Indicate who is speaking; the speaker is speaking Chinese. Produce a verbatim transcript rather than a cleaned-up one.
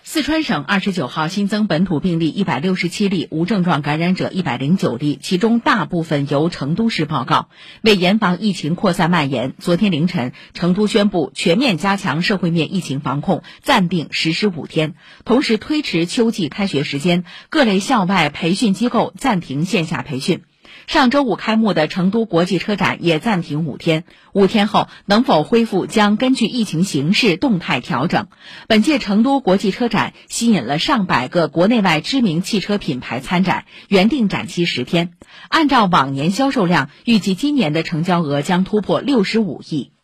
Speaker 1: 四川省二十九号新增本土病例一百六十七例，无症状感染者一百零九例，其中大部分由成都市报告。为严防疫情扩散蔓延，昨天凌晨，成都宣布全面加强社会面疫情防控，暂定实施五天，同时推迟秋季开学时间，各类校外培训机构暂停线下培训。上周五开幕的成都国际车展也暂停五天，五天后能否恢复将根据疫情形势动态调整。本届成都国际车展吸引了上百个国内外知名汽车品牌参展，原定展期十天。按照往年销售量，预计今年的成交额将突破六十五亿。